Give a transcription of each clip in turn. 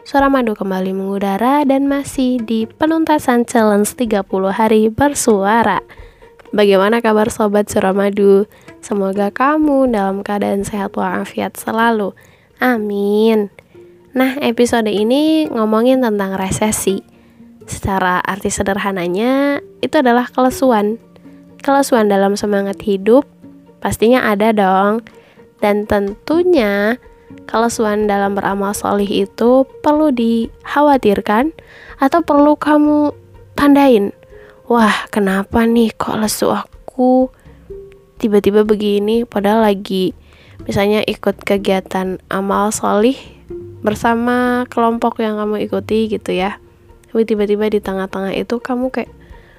Suara Madu kembali mengudara dan masih di penuntasan challenge 30 hari bersuara. Bagaimana kabar sobat Suara Madu? Semoga kamu dalam keadaan sehat walafiat selalu. Amin. Nah, episode ini ngomongin tentang resesi. Secara arti sederhananya, itu adalah kelesuan. Kelesuan dalam semangat hidup pastinya ada dong. Dan tentunya kelesuan dalam beramal sholih itu perlu dikhawatirkan atau perlu kamu tandain. Wah, kenapa nih kok lesu aku tiba-tiba begini, padahal lagi misalnya ikut kegiatan amal sholih bersama kelompok yang kamu ikuti gitu ya. Tapi tiba-tiba di tengah-tengah itu kamu kayak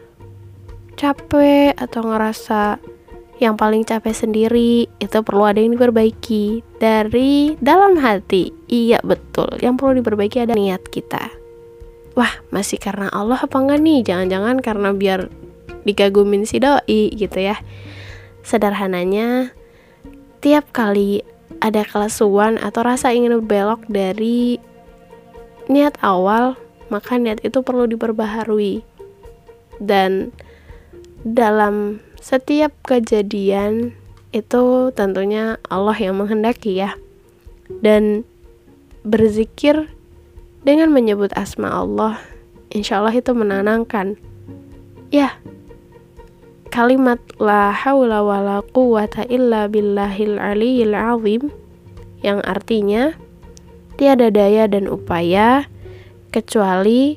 capek atau ngerasa yang paling capek sendiri. Itu perlu ada yang diperbaiki dari dalam hati. Iya betul, yang perlu diperbaiki ada niat kita. Wah, masih karena Allah apa enggak nih? Jangan-jangan karena biar dikagumin si doi gitu ya. Sederhananya, tiap kali ada kelesuan atau rasa ingin berbelok dari niat awal, maka niat itu perlu diperbaharui. Dan dalam setiap kejadian itu tentunya Allah yang menghendaki ya. Dan berzikir dengan menyebut asma Allah, insya Allah itu menenangkan. Ya, kalimat la haula wala quwata illa billahil aliyil azim, yang artinya tiada daya dan upaya kecuali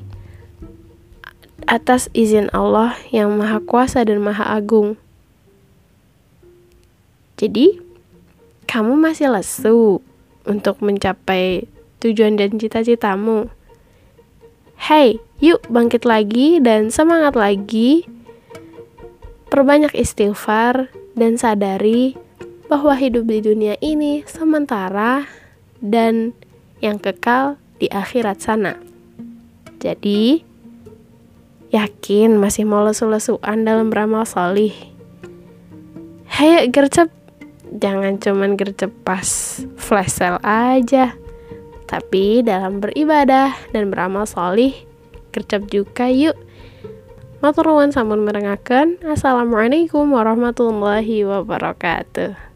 atas izin Allah yang maha kuasa dan maha agung. Jadi, kamu masih lesu untuk mencapai tujuan dan cita-citamu. Hey, yuk bangkit lagi dan semangat lagi. Perbanyak istighfar dan sadari bahwa hidup di dunia ini sementara dan yang kekal di akhirat sana. Jadi, yakin masih mau lesu-lesuan dalam beramal sholih? Hayo gercep, jangan cuman gercep pas flash sale aja, tapi dalam beribadah dan beramal sholih gercep juga yuk. Matur nuwun sampun mirengaken. Assalamualaikum warahmatullahi wabarakatuh.